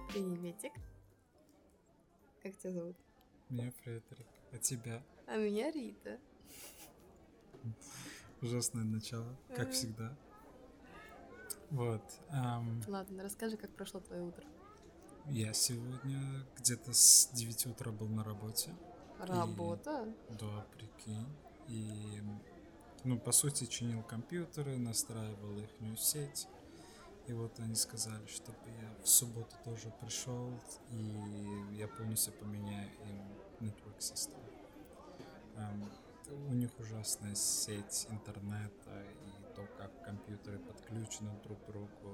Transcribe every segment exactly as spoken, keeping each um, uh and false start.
Приветик. Как тебя зовут? Меня Фредерик. А тебя? А меня Рита. Ужасное начало, как Ага. всегда. Вот. ам, Ладно, расскажи, как прошло твое утро. я сегодня где-то с девяти утра был на работе. Работа? Да, прикинь. И, ну, по сути, чинил компьютеры, настраивал ихнюю сеть. И вот они сказали, чтобы я в субботу тоже пришел, и я полностью поменяю им network system. Ам, у них ужасная сеть интернета и то, как компьютеры подключены друг к другу.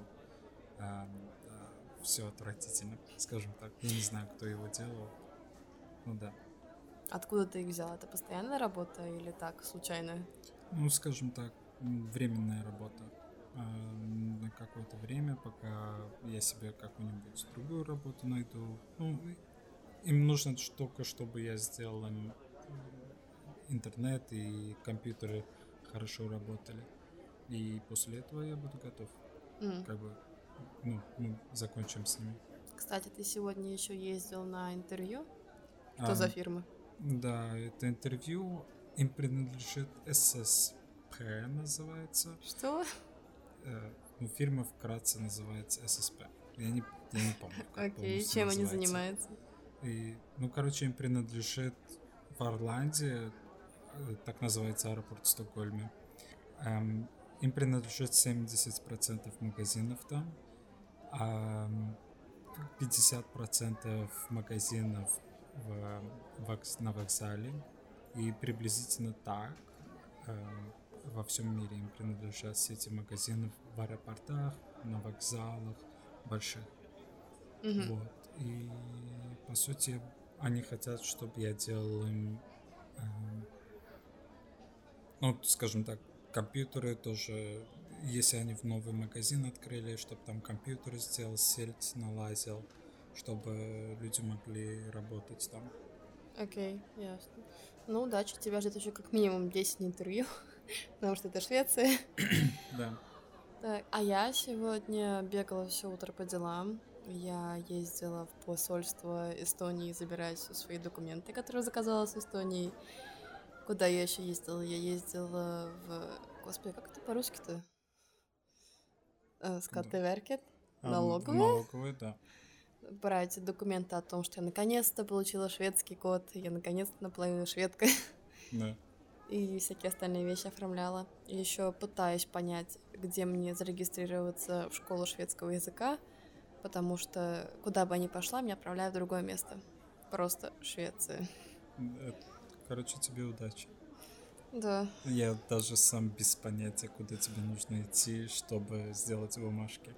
Все отвратительно, скажем так. Я не знаю, кто его делал. Ну да. Откуда ты их взял? Это постоянная работа или так, случайная? Ну, скажем так, м, временная работа. А, на какое-то время, пока я себе какую-нибудь другую работу найду. Ну, и- им нужно ш- только, чтобы я сделал им интернет и компьютеры хорошо работали. И после этого я буду готов. М. Как бы, ну, мы закончим с ними. Кстати, ты сегодня еще ездил на интервью? Что А, за фирма? да, это интервью, им принадлежит эс эс пи, называется. Что? Э, ну, фирма вкратце называется эс эс пи. Я не, я не помню, как Окей, полностью чем они называется. занимаются? И, ну, короче, им принадлежит в Орланде, э, так называется аэропорт в Стокгольме. Эм, им принадлежит семьдесят процентов магазинов там, а пятьдесят процентов магазинов в, вокс- на вокзале. И приблизительно так э, во всем мире им принадлежат сети магазинов в аэропортах, на вокзалах больших. Мгм. Вот. И по сути они хотят, чтобы я делал им, эм, ну, скажем так, компьютеры тоже, если они в новый магазин открыли, чтобы там компьютеры сделал, сеть налазил, чтобы люди могли работать там. Окей, ясно. Ну, удачи, тебя ждет еще как минимум десять интервью, потому что это Швеция. Да. Так, а я сегодня бегала все утро по делам. Я ездила в посольство Эстонии забирать свои документы, которые заказала с Эстонии. Куда я еще ездила? Я ездила в... Господи, как это по-русски-то? Э, Куда? Скаттеверкет? Ам, в Налоговая? налоговой, да. Брать документы о том, что я наконец-то получила шведский код, я наконец-то наполовину шведка. Да. И всякие остальные вещи оформляла. И еще пытаюсь понять, где мне зарегистрироваться в школу шведского языка, потому что куда бы я ни пошла, меня отправляют в другое место. Просто Швеция. Э, Короче, тебе удачи. Да. Я даже сам без понятия, куда тебе нужно идти, чтобы сделать бумажки.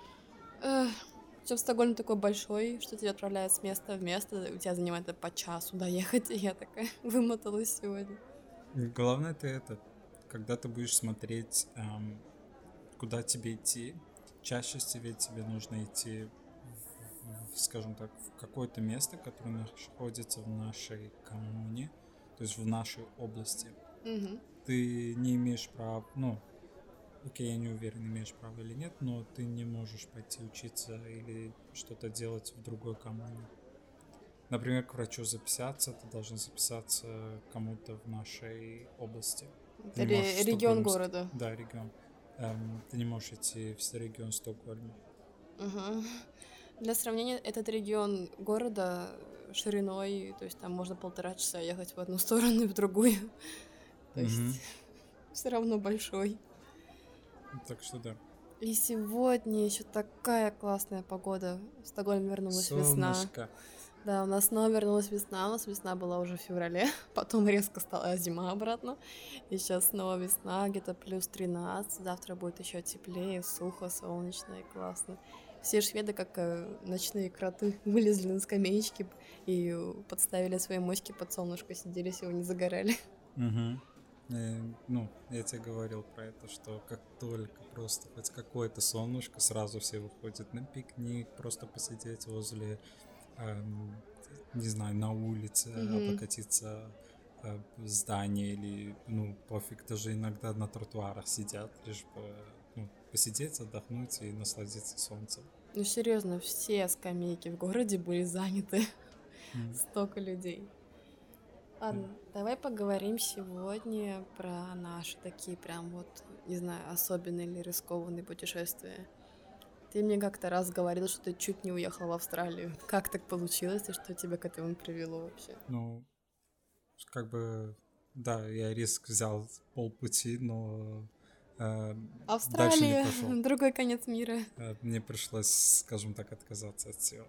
Все в Стокгольме такой большой, что тебя отправляют с места в место, у тебя занимает это по часу доехать, и я такая вымоталась сегодня. Главное это это, когда ты будешь смотреть, ам, куда тебе идти, чаще всего тебе нужно идти, в- в, скажем так, в какое-то место, которое находится в нашей коммуне, то есть в нашей области. Мгм. Ты не имеешь права, ну, окей, я не уверен, имеешь право или нет, но ты не можешь пойти учиться или что-то делать в другой коммуне. Например, к врачу записаться, ты должен записаться кому-то в нашей области. Ты Это не можешь в ре- регион Стокгольмск... города. Да, регион. Эм, ты не можешь идти в регион Стокгольма. Мгм. Для сравнения, этот регион города шириной, то есть там можно полтора часа ехать в одну сторону и в другую. То есть Мгм. все равно большой. Так что да. И сегодня еще такая классная погода. В Стокгольм вернулась весна. Солнышко. Да, у нас снова вернулась весна. У нас весна была уже в феврале. Потом резко стала зима обратно. И сейчас снова весна, где-то плюс тринадцать. Завтра будет еще теплее, сухо, солнечно и классно. Все шведы, как э, ночные кроты, вылезли на скамеечки и э, подставили свои моськи под солнышко, сидели сегодня, загорали. Мгм. Э, ну, я тебе говорил про это, что как только просто хоть какое-то солнышко, сразу все выходят на пикник, просто посидеть возле, эм, не знаю, на улице, Мгм. облокотиться э, в здание или, ну, пофиг, даже иногда на тротуарах сидят, лишь бы, ну, посидеть, отдохнуть и насладиться солнцем. Ну, серьезно, все скамейки в городе были заняты. М, Столько людей. да. Ладно, давай поговорим сегодня про наши такие прям вот, не знаю, особенные или рискованные путешествия. Ты мне как-то раз говорил, что ты чуть не уехал в Австралию. Как так получилось и что тебя к этому привело вообще? Ну, как бы, да, я риск взял полпути, но э, дальше не Австралия, пошел. другой конец мира. Э, мне пришлось, скажем так, отказаться от всего.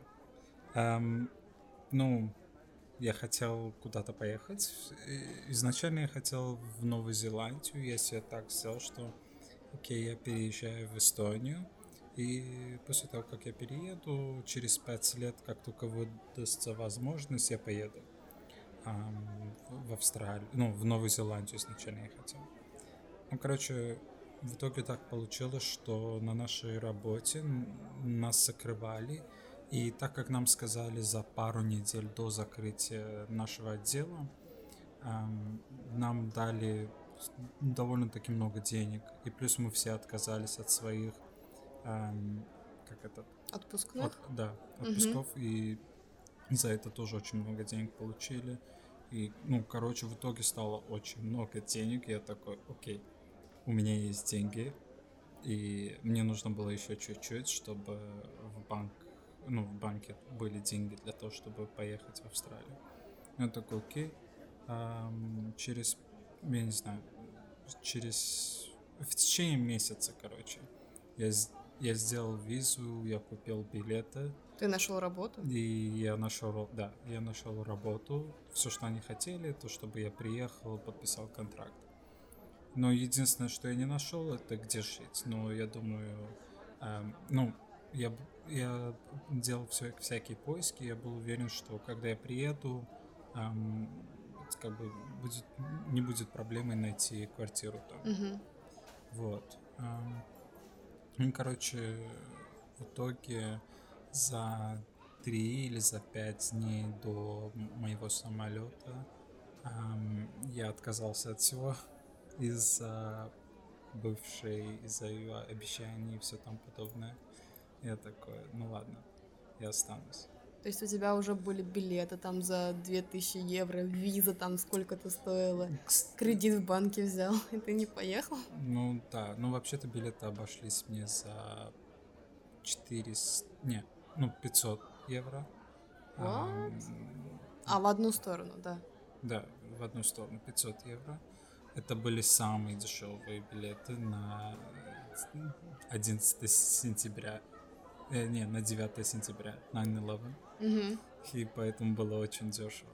Эм, ну, я хотел куда-то поехать. И изначально я хотел в Новую Зеландию. Я себе так взял, что, окей, я переезжаю в Эстонию. И после того, как я перееду, через пять лет, как только выдастся возможность, я поеду ам, в в Австралию, ну, в Новую Зеландию изначально я хотел. Ну, короче, в итоге так получилось, что на нашей работе н- нас закрывали, и так как нам сказали за пару недель до закрытия нашего отдела, ам, нам дали с- довольно-таки много денег, и плюс мы все отказались от своих, ам, как это, Отпускных? от, да, Угу. отпусков, и за это тоже очень много денег получили. И, ну, короче, в итоге стало очень много денег. Я такой, окей, у меня есть деньги, и мне нужно было еще чуть-чуть, чтобы в банк, ну, в банке были деньги для того, чтобы поехать в Австралию. Я такой, окей, ам, через, я не знаю, через, в течение месяца, короче, я, с- я сделал визу, я купил билеты, Ты нашел работу? и я нашел, да, я нашел работу. Все, что они хотели, то чтобы я приехал, подписал контракт. Но единственное, что я не нашел, это где жить. Но я думаю, эм, ну, я, б- я делал все, всякие поиски, я был уверен, что когда я приеду, эм, это как бы будет, не будет проблемой найти квартиру там. Угу. Вот. Эм, ну, короче, в итоге за три или за пять дней до м- моего самолета ам, я отказался от всего из-за бывшей, из-за ее обещаний и все там подобное. Я такой, ну ладно, я останусь. То есть у тебя уже были билеты там за две тысячи евро, виза там сколько-то стоила, Кс- кредит в банке взял, и ты не поехал? Ну да, ну вообще-то билеты обошлись мне за четыреста, не, ну пятьсот евро. What? Ам, А, в одну сторону, да. Да, в одну сторону пятьсот евро. Это были самые дешевые билеты на одиннадцатое сентября. Э, не, на девятое сентября, девять одиннадцать. Угу. И поэтому было очень дешево.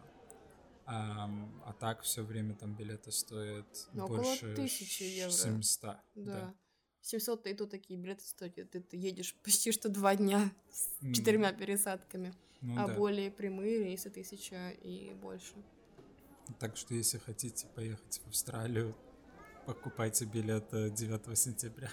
А, а так все время там билеты стоят Ну, около больше тысячи евро, семисот, да. да. семьсот, и то такие билеты стоят. Ты, ты едешь почти что два дня с М, четырьмя пересадками. Ну А да. более прямые рейсы тысяча и больше. Так что если хотите поехать в Австралию, покупайте билеты девятого сентября.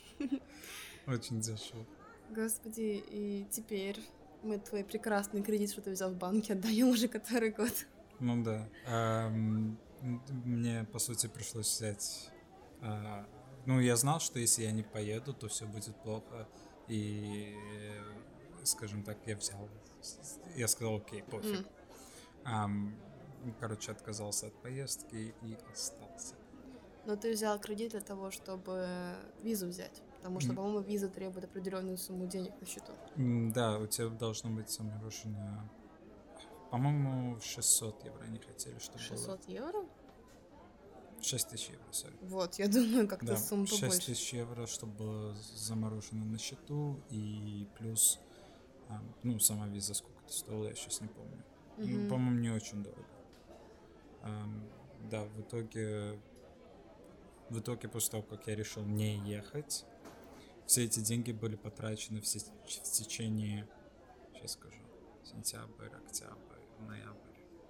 Очень дешево. Господи, и теперь мы твой прекрасный кредит, что ты взял в банке, отдаем уже который год. Ну да. Ам, м, мне, по сути, пришлось взять... а, ну, я знал, что если я не поеду, то все будет плохо. И, э, скажем так, я взял... с- Я сказал, окей, пофиг. М. Ам, короче, отказался от поездки и остался. Но ты взял кредит для того, чтобы визу взять. Потому что, М, по-моему, виза требует определенную сумму денег на счету. м, Да, у тебя должно быть заморожено... По-моему, шестьсот евро они хотели, чтобы было. шестьсот евро? шесть тысяч евро, сори. Вот, я думаю, как-то Да, сумма шесть побольше. тысяч евро, чтобы было заморожено на счету, и плюс, а, ну, сама виза сколько-то стоила, я сейчас не помню. Ну, Угу. по-моему, не очень дорого. Ам, да, в итоге, в итоге, после того, как я решил не ехать, все эти деньги были потрачены в, се- в течение, сейчас скажу, сентябрь, октябрь, ноябрь.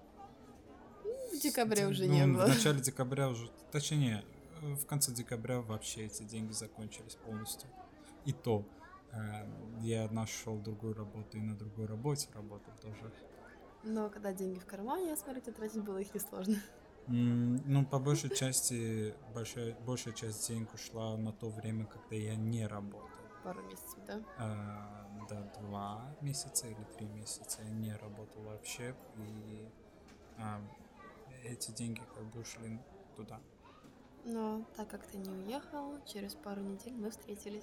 В декабре Де- уже не Ну, в было. начале декабря уже, точнее, э, в конце декабря вообще эти деньги закончились полностью. И то э, я нашел другую работу и на другой работе работал тоже. Но когда деньги в кармане, смотрите, тратить было их несложно. М, Ну, по большей части, большая, большая часть денег ушла на то время, когда я не работал. пару месяцев, да? А, да, два месяца или три месяца я не работал вообще, и а, эти деньги как бы ушли туда. Но так как ты не уехал, через пару недель мы встретились.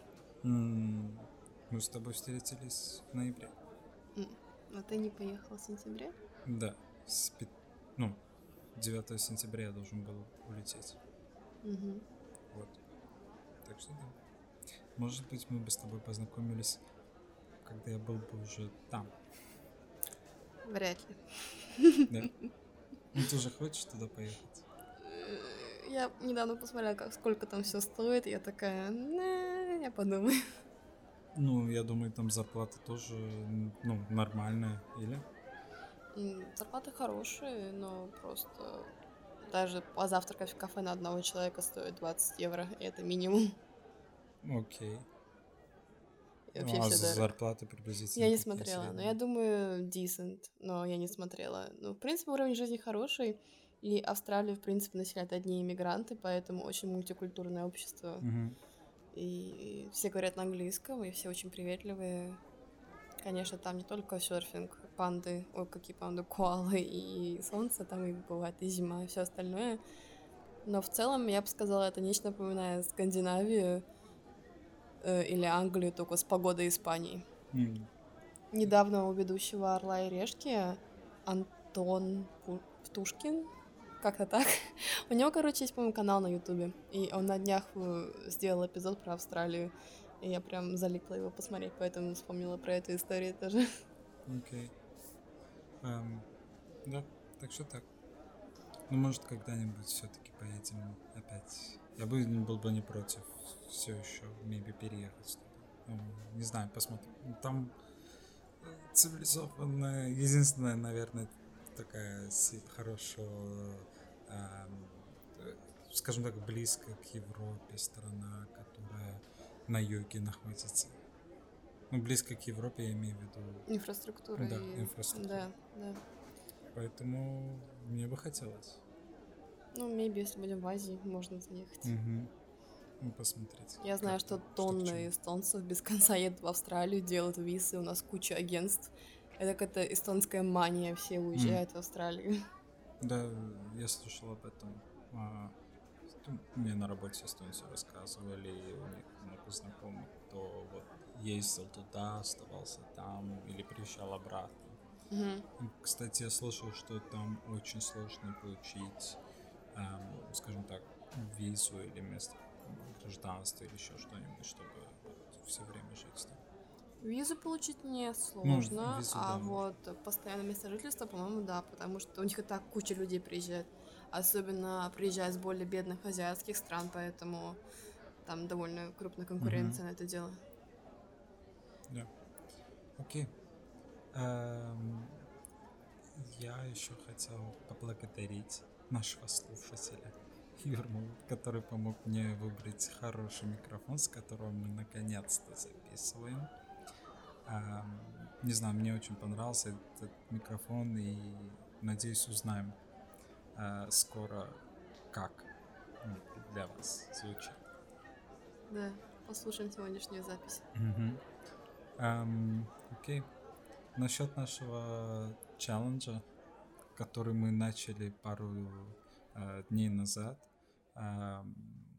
М, Мы с тобой встретились в ноябре. М, Но ты не поехал в сентябре? Да, с пи- ну, девятого сентября я должен был улететь. Мгм. Вот. Так что да. Может быть, мы бы с тобой познакомились, когда я был бы уже там. Вряд ли. Да? Ну, ты же хочешь туда поехать? Э, Я недавно посмотрела, как, сколько там все стоит, и я такая, «Не, я подумаю». Ну, я думаю, там зарплата тоже, м, ну, нормальная, или? М, Зарплаты хорошие, но просто даже позавтракать в кафе на одного человека стоит двадцать евро, и это минимум. Окей. И Ну, вообще а все за дорого. зарплаты Я приблизительно не какие смотрела, но я средние? думаю, decent, но я не смотрела. Ну, в принципе, уровень жизни хороший, и Австралию, в принципе, населяют одни иммигранты, поэтому очень мультикультурное общество. Мгм. И все говорят на английском, и все очень приветливые. Конечно, там не только серфинг, панды, ой, какие панды, коалы и солнце, там и бывает и зима, и все остальное. Но в целом, я бы сказала, это нечто напоминает Скандинавию э, или Англию, только с погодой Испании. М, Недавно у ведущего «Орла и решки» Антон Пу- Птушкин, как-то так. У него, короче, есть, по-моему, канал на Ютубе, и он на днях э, сделал эпизод про Австралию, и я прям залипла его посмотреть, поэтому вспомнила про эту историю тоже. Окей. Ам, да, так что так. Ну, может, когда-нибудь все-таки поедем опять. Я бы не был бы не против все еще, maybe переехать с тобой. Ну, не знаю, посмотрим. Ну, там э, цивилизованная, единственная, наверное, такая си- хорошо, ам, э, скажем так, близкая к Европе страна, которая на юге находится. Ну, близко к Европе я имею в виду, Инфраструктура да, и... инфраструктура. Да, да. Поэтому мне бы хотелось. Ну, maybe, если будем в Азии, можно заехать. Мгм. Ну, посмотреть, Я знаю, как что там, что к тонны чему. эстонцев без конца едут в Австралию, делают визы, у нас куча агентств. Это какая-то эстонская мания, все М, уезжают в Австралию. Да, я слышал об этом. А, ну, мне на работе эстонцы рассказывали, и у них много знакомых, кто вот ездил туда, оставался там или приезжал обратно. Мгм. И, кстати, я слышал, что там очень сложно получить, ам, скажем так, визу или место гражданства или еще что-нибудь, чтобы вот все время жить там. Визу получить не Ну, сложно, визу, а да, может. вот постоянное место жительства, по-моему, да, потому что у них и так куча людей приезжает. Особенно приезжают с более бедных азиатских стран, поэтому там довольно крупная Мгм. конкуренция на это дело. Да. Окей. Эм, я еще хотел поблагодарить нашего слушателя Юрму, который помог мне выбрать хороший микрофон, с которого мы наконец-то записываем. Эм, не знаю, мне очень понравился этот микрофон, и надеюсь, узнаем э, скоро, как он для вас звучит. Да, послушаем сегодняшнюю запись. Мгм. Эм, окей. Насчет нашего челленджа, который мы начали пару э, дней назад, эм,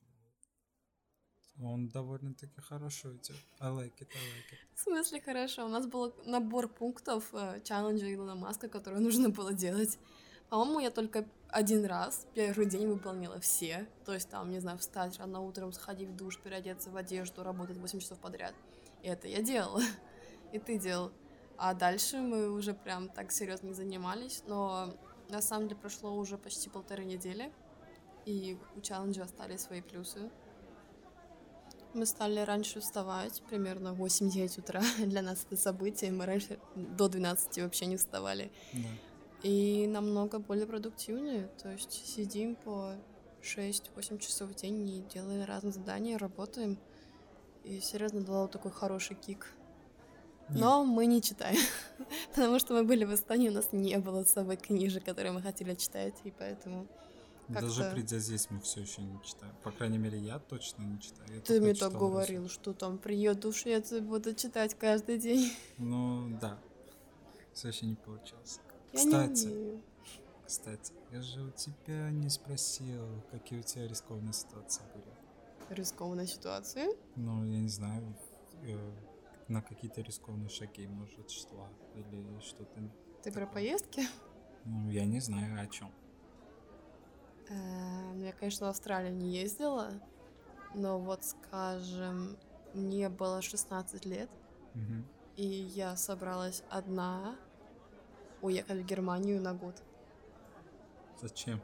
он довольно-таки хорошо идет. I like it, I like it. В смысле, хорошо. У нас был набор пунктов э, челленджа Илона Маска, которые нужно было делать. По-моему, я только один раз, первый день выполнила все. То есть там, не знаю, встать рано утром, сходить в душ, переодеться в одежду, работать восемь часов подряд. И это я делала. И ты делал. А дальше мы уже прям так серьезно не занимались. Но на самом деле прошло уже почти полторы недели. И у челленджа остались свои плюсы. Мы стали раньше вставать, примерно в восемь-девять утра. Для нас это событие. Мы раньше до двенадцати вообще не вставали. Да. И намного более продуктивнее. То есть сидим по шесть-восемь часов в день и делаем разные задания, работаем. И серьезно дало такой хороший кик. Не, Но мы не читаем. Потому что мы были в Эстонии, у нас не было с собой книжек, которые мы хотели читать. И поэтому Даже как-то... придя здесь, мы все еще не читаем. По крайней мере, я точно не читаю. Я Ты только мне так читал говорил, Розу. что там приеду, уж я это буду читать каждый день. Ну, да. Все еще не получилось. Я не Кстати, умею. кстати, я же у тебя не спросил, какие у тебя рискованные ситуации были. Рискованная ситуация. Ну, я не знаю, э, на какие-то рискованные шаги, может, шла или что-то. Ты про такое. поездки? Ну, я не знаю, о чем. Э, Ну, я, конечно, в Австралию не ездила, но вот, скажем, мне было шестнадцать лет, и я собралась одна уехать в Германию на год. Зачем?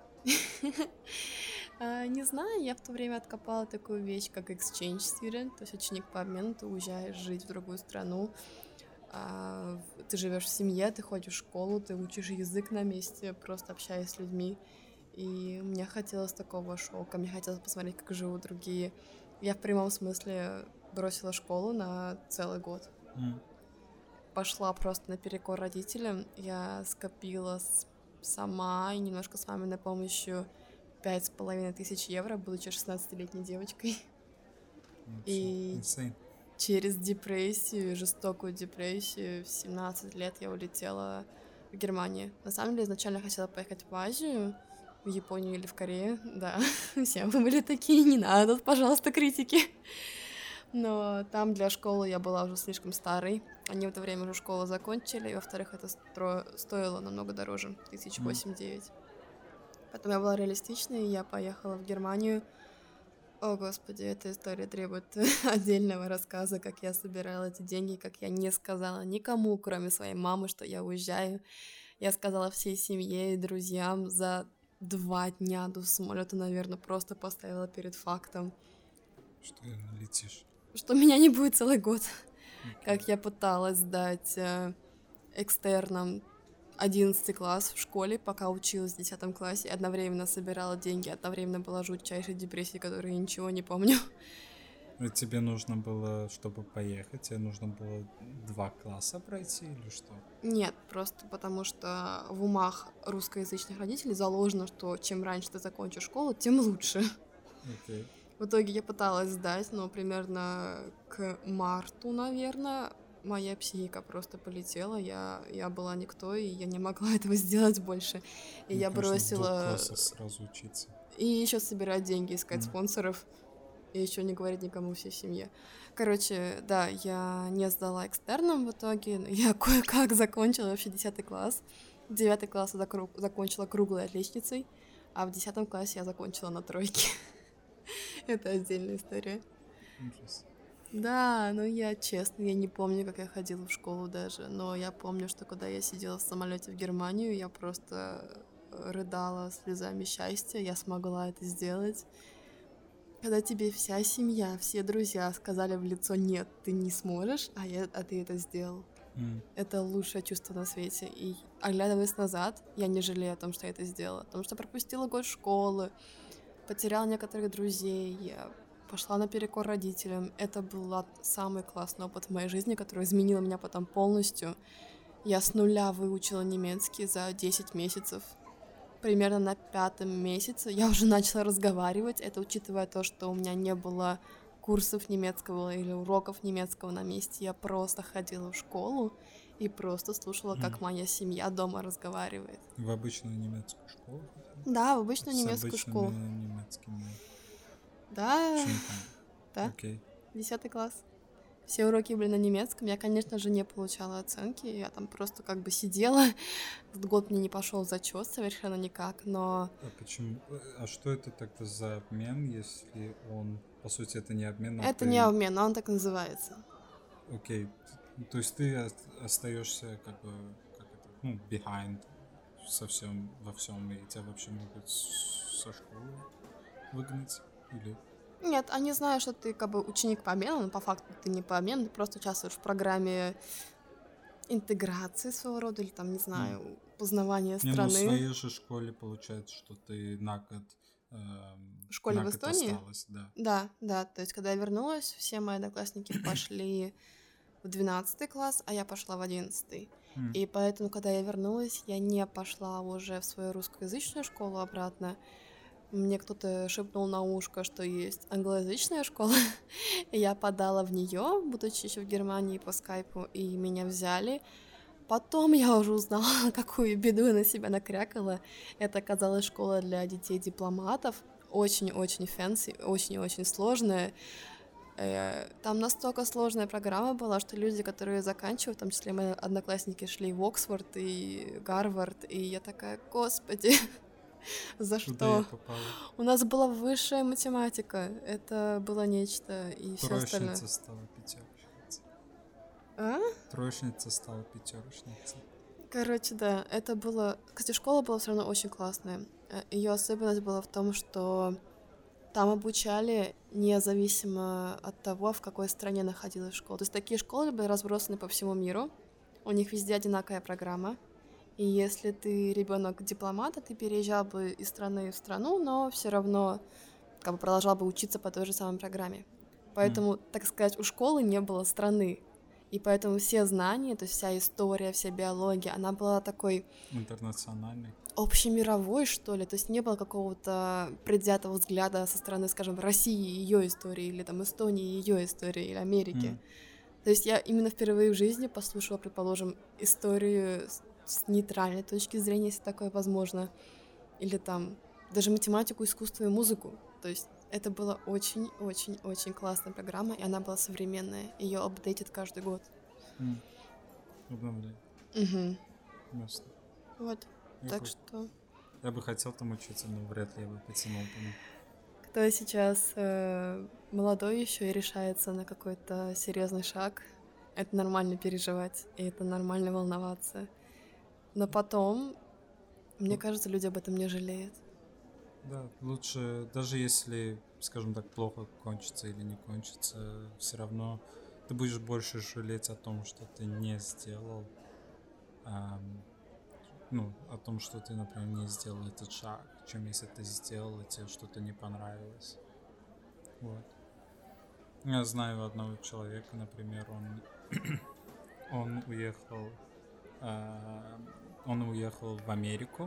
А, Не знаю, я в то время откопала такую вещь, как exchange student, то есть ученик по обмену, ты уезжаешь жить в другую страну, а, в- ты живешь в семье, ты ходишь в школу, ты учишь язык на месте, просто общаясь с людьми. И мне хотелось такого шока, мне хотелось посмотреть, как живут другие. Я в прямом смысле бросила школу на целый год. М. Пошла просто наперекор родителям. Я скопила с- сама и немножко с маминой помощью пять с половиной тысяч евро, будучи шестнадцатилетней девочкой. Вообще, И insane. через депрессию, жестокую депрессию, в семнадцать лет я улетела в Германию. На самом деле, изначально я хотела поехать в Азию, в Японию или в Корею. Да, все вы были такие, не надо, пожалуйста, критики. Но там для школы я была уже слишком старой. Они в это время уже школу закончили, и, во-вторых, это стро- стоило намного дороже, тысяч М. восемь-девять. Поэтому я была реалистичной, и я поехала в Германию. О, господи, эта история требует отдельного рассказа, как я собирала эти деньги, как я не сказала никому, кроме своей мамы, что я уезжаю. Я сказала всей семье и друзьям за два дня до самолета, наверное, просто поставила перед фактом, Что летишь? что меня не будет целый год. Окей. Как я пыталась сдать э, экстерном одиннадцатый класс в школе, пока училась в десятом классе, одновременно собирала деньги, одновременно была в жутчайшей депрессии, которой я ничего не помню. А тебе нужно было, чтобы поехать, тебе нужно было два класса пройти или что? Нет, просто потому что в умах русскоязычных родителей заложено, что чем раньше ты закончишь школу, тем лучше. Окей. В итоге я пыталась сдать, но примерно к марту, наверное, моя психика просто полетела. Я, я была никто, и я не могла этого сделать больше. И Ну, я конечно, в двух бросила... классах сразу учиться. И еще собирать деньги, искать М. спонсоров, и еще не говорить никому всей семье. Короче, да, я не сдала экстерном в итоге, но я кое-как закончила вообще десятый класс. Девятый класс я закру- закончила круглой отличницей, а в десятом классе я закончила на тройке. Это отдельная история. Ужас. Да, ну я честно, я не помню, как я ходила в школу даже, но я помню, что когда я сидела в самолете в Германию, я просто э, рыдала слезами счастья, я смогла это сделать. Когда тебе вся семья, все друзья сказали в лицо «нет, ты не сможешь», а, я, а ты это сделал. М. Это лучшее чувство на свете. И оглядываясь назад, я не жалею о том, что я это сделала. Потому что пропустила год школы, потеряла некоторых друзей, я пошла наперекор родителям. Это был самый классный опыт в моей жизни, который изменил меня потом полностью. Я с нуля выучила немецкий за десять месяцев. Примерно на пятом месяце я уже начала разговаривать. Это учитывая то, что у меня не было курсов немецкого или уроков немецкого на месте. Я просто ходила в школу и просто слушала, как Мгм. моя семья дома разговаривает. В обычную немецкую школу ходила? Да, в обычную С немецкую обычными школу. немецкими Да, учениками. да, Окей. десятый класс. Все уроки были на немецком. Я, конечно же, не получала оценки. Я там просто как бы сидела. Этот год мне не пошел зачет совершенно никак, но А почему? э, А что это тогда за обмен, если он, по сути, это не обмен, а это ты... не обмен, он так называется. Окей. Т- То есть ты остаешься как бы, как это, ну, behind со всем, во всем, и тебя вообще могут с- со школы выгнать? Или... Нет, они знают, что ты как бы ученик по обмену, но по факту ты не по обмену, ты просто участвуешь в программе интеграции своего рода, или там, не М. знаю, познавания Не, ну в страны. своей же школе получается, что ты на год, эм, В школе на в год Эстонии? осталась, да. Да, да, то есть когда я вернулась, все мои одноклассники пошли в двенадцатый класс, а я пошла в одиннадцатый. М. И поэтому, когда я вернулась, я не пошла уже в свою русскоязычную школу обратно. мне кто-то шепнул на ушко, что есть англоязычная школа, и я подала в нее, будучи еще в Германии по скайпу, и меня взяли. Потом я уже узнала, какую беду я на себя накрякала. Это оказалась школа для детей дипломатов, очень-очень фэнси, очень-очень сложная. Э, Там настолько сложная программа была, что люди, которые заканчивают, в том числе мои одноклассники, шли в Оксфорд и Гарвард, и я такая, господи, за Куда я что? попала? У нас была высшая математика, это было нечто, и все остальное. Троечница стала пятерочницей. А? Троечница стала пятерочницей. Короче, да, это было... Кстати, школа была все равно очень классная. Ее особенность была в том, что там обучали независимо от того, в какой стране находилась школа. То есть такие школы были разбросаны по всему миру, у них везде одинаковая программа. И если ты ребенок дипломата, ты переезжал бы из страны в страну, но все равно как бы продолжал бы учиться по той же самой программе. Поэтому, так сказать, у школы не было страны. И поэтому все знания, то есть вся история, вся биология, она была такой Интернациональный. общемировой, что ли. То есть не было какого-то предвзятого взгляда со стороны, скажем, России и ее истории, или там Эстонии и ее истории, или Америки. Mm. То есть я именно впервые в жизни послушала, предположим, историю с, с нейтральной точки зрения, если такое возможно. Или там даже математику, искусство и музыку. То есть это была очень-очень-очень классная программа, и она была современная. Ее апдейтят каждый год. Mm. Обновляет. Угу. Ясно. Вот. Я так бы- что... Я бы хотел там учиться, но вряд ли я бы потянул там. Кто сейчас э, молодой еще и решается на какой-то серьезный шаг, это нормально переживать, и это нормально волноваться. Но потом, мне кажется, люди об этом не жалеют. Да, лучше, даже если, скажем так, плохо кончится или не кончится, все равно ты будешь больше жалеть о том, что ты не сделал, ам, ну, о том, что ты, например, не сделал этот шаг, чем если ты сделал, и тебе что-то не понравилось. Вот. Я знаю одного человека, например, он, он уехал, а, он уехал в Америку,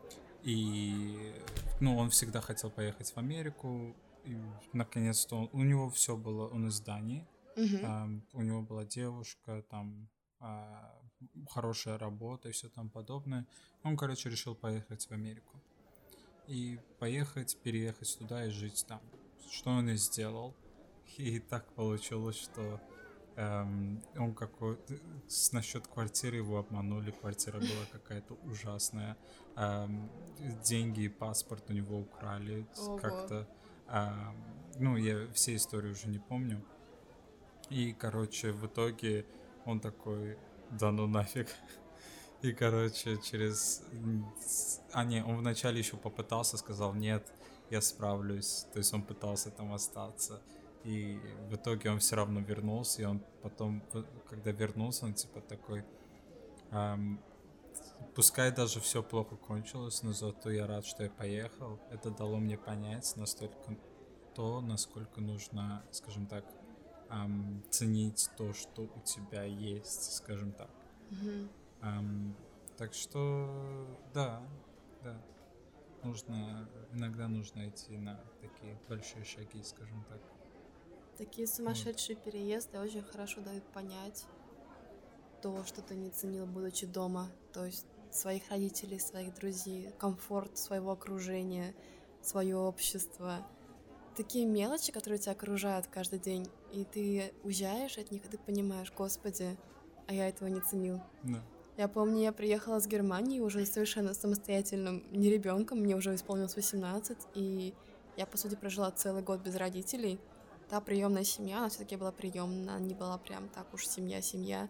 и, ну, он всегда хотел поехать в Америку, и наконец-то он- у него все было, он из Дании, Мгм. ам, у него была девушка, там а, хорошая работа и все там подобное. Он, короче, решил поехать в Америку. И поехать, переехать туда и жить там. Что он и сделал. И так получилось, что эм, он какой с насчет квартиры его обманули, квартира была какая-то ужасная, Эм, деньги и паспорт у него украли Ого. как-то, Эм, ну я все истории уже не помню. И, короче, в итоге он такой, да ну нафиг. И, короче, через... м, с- А, не, он вначале еще попытался, сказал, нет, я справлюсь. То есть он пытался там остаться. И в итоге он все равно вернулся. И он потом, в- когда вернулся, он типа такой... ам, пускай даже все плохо кончилось, но зато я рад, что я поехал. Это дало мне понять настолько то, насколько нужно, скажем так, ам, ценить то, что у тебя есть, скажем так. Мгм. Ам, так что, да, да, нужно, иногда нужно идти на такие большие шаги, скажем так. Такие сумасшедшие переезды очень хорошо дают понять то, что ты не ценил, будучи дома. То есть своих родителей, своих друзей, комфорт своего окружения, свое общество. Такие мелочи, которые тебя окружают каждый день, и ты уезжаешь от них, и ты понимаешь, господи, а я этого не ценил. Да. Я помню, я приехала с Германии уже совершенно самостоятельным, не ребенком, мне уже исполнилось восемнадцать, и я, по сути, прожила целый год без родителей. Та приемная семья, она все-таки была приемная, она не была прям так уж семья-семья.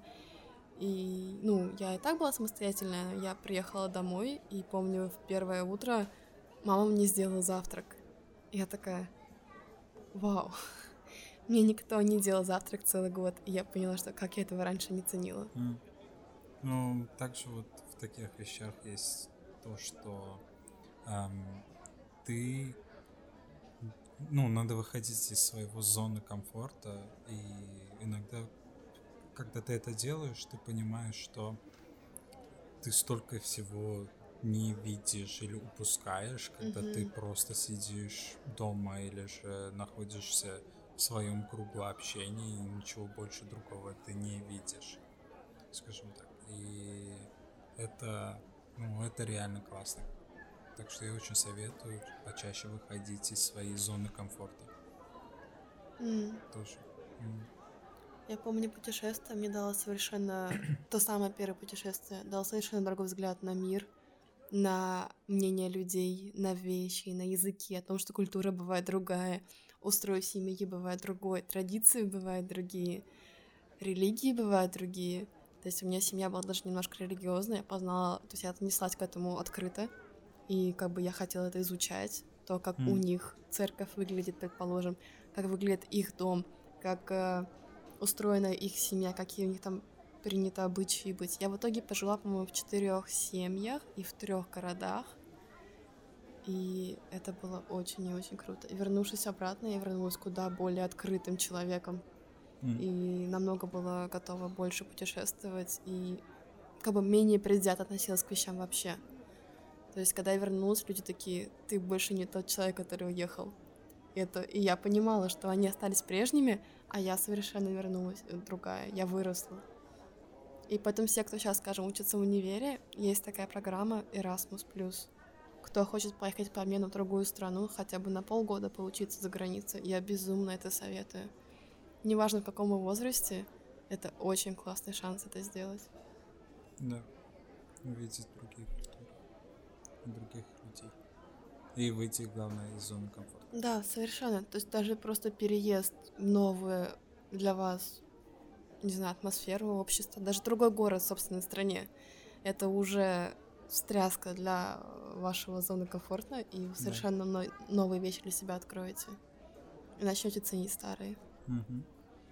И, ну, я и так была самостоятельная, но я приехала домой, и помню, в первое утро мама мне сделала завтрак. Я такая, вау, мне никто не делал завтрак целый год, и я поняла, что как я этого раньше не ценила. М. Ну, также вот в таких вещах есть то, что ам, ты, ну, надо выходить из своего зоны комфорта, и иногда, когда ты это делаешь, ты понимаешь, что ты столько всего не видишь или упускаешь, когда ты Мгм. просто сидишь дома или же находишься в своем кругу общения и ничего больше другого ты не видишь, скажем так. И это, ну, это реально классно. Так что я очень советую почаще выходить из своей зоны комфорта М. тоже. М. Я помню путешествие мне дало совершенно... То самое первое путешествие дало совершенно другой взгляд на мир, на мнение людей, на вещи, на языки, о том, что культура бывает другая, устрой семьи бывает другой, традиции бывают другие, религии бывают другие. То есть у меня семья была даже немножко религиозная, я познала, то есть я отнеслась к этому открыто, и как бы я хотела это изучать, то, как у М. них церковь выглядит, предположим, как выглядит их дом, как э, устроена их семья, какие у них там принято обычаи быть. Я в итоге пожила, по-моему, в четырех семьях и в трех городах, и это было очень и очень круто. И вернувшись обратно, я вернулась куда более открытым человеком, М. и намного была готова больше путешествовать, и как бы менее предвзято относилась к вещам вообще. То есть, когда я вернулась, люди такие: ты больше не тот человек, который уехал. И, это... и я понимала, что они остались прежними, а я совершенно вернулась э, другая, я выросла. И поэтому все, кто сейчас, скажем, учится в универе, есть такая программа Erasmus+. Кто хочет поехать по обмену в другую страну, хотя бы на полгода поучиться за границей, я безумно это советую. Неважно, в каком вы возрасте, это очень классный шанс это сделать. Да, увидеть другие культуры, других людей. И выйти, главное, из зоны комфорта. Да, совершенно. То есть даже просто переезд в новое для вас, не знаю, атмосферу, общество, даже другой город в собственной стране, это уже встряска для вашего зоны комфорта, и вы Да. совершенно но- новые вещи для себя откроете. И начнете ценить старые. Мгм.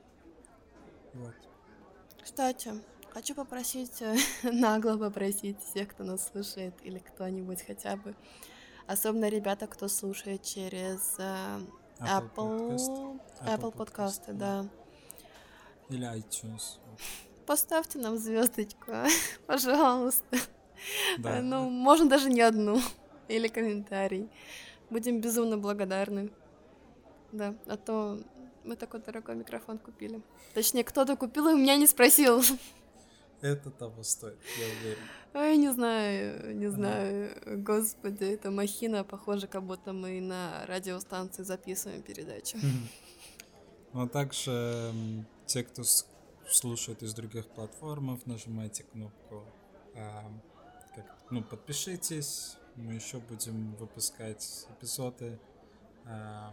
Вот. Кстати, хочу попросить, э, нагло попросить всех, кто нас слушает, или кто-нибудь хотя бы, особенно ребята, кто слушает через э, Apple Podcast. Apple, Apple Apple Podcast, подкасты, да. да. Или iTunes. Вот. Поставьте нам звездочку, пожалуйста. Да. Ну, можно даже не одну. Или комментарий. Будем безумно благодарны. Да, а то мы такой дорогой микрофон купили. Точнее, кто-то купил и у меня не спросил. Это того стоит, я уверен. Ой, не знаю, не Ага. знаю. Господи, эта махина, похоже, как будто мы на радиостанции записываем передачу. Ну, а также м, те, кто с- слушает из других платформ, нажимайте кнопку а, как, ну, подпишитесь. Мы еще будем выпускать эпизоды. а,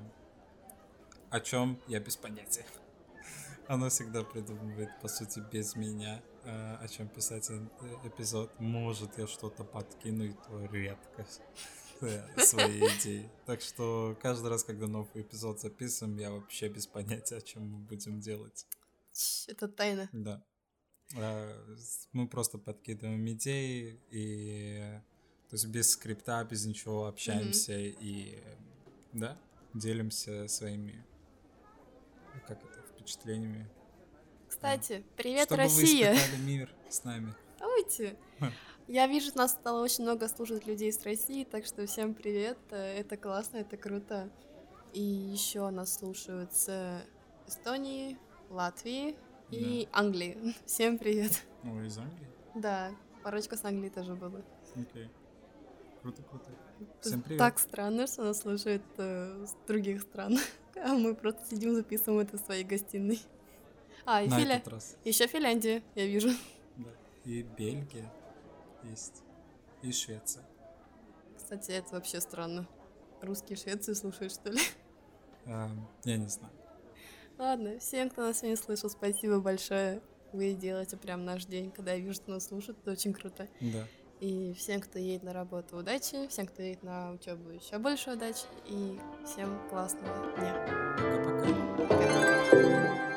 о чем я без понятия. Она всегда придумывает, по сути, без меня, а, о чем писать э- эпизод. Может, я что-то подкину, и то редко э, свои идеи. Так что каждый раз, когда новый эпизод записываем, я вообще без понятия, о чем мы будем делать. Чш, это тайна. Да. А, с- Мы просто подкидываем идеи и, то есть, без скрипта, без ничего Мгм. общаемся и, да, делимся своими, как это, впечатлениями. А, Кстати, привет, Чтобы вы Россия! испытали мир с нами. Давайте. Я вижу, нас стало очень много слушать людей с России, так что всем привет. э, Это классно, это круто. И еще нас слушают с Эстонии, Латвии и Англии. Всем привет. О, из Англии? Да, парочка с Англии тоже было. Окей. Круто, круто. Это Всем привет. так странно, что нас слушают э, с других стран. А мы просто сидим, записываем это в своей гостиной. А, и На Филя. этот раз. Еще Финляндия, я вижу. Да. И Бельгия есть. И Швеция. Кстати, это вообще странно. Русские Швецию слушают, что ли? А, я не знаю. Ладно, всем, кто нас сегодня слышал, спасибо большое. Вы делаете прям наш день, когда я вижу, что нас слушают, это очень круто. Да. И всем, кто едет на работу, удачи, всем, кто едет на учебу, еще больше удачи, и всем классного дня. Пока-пока. Пока.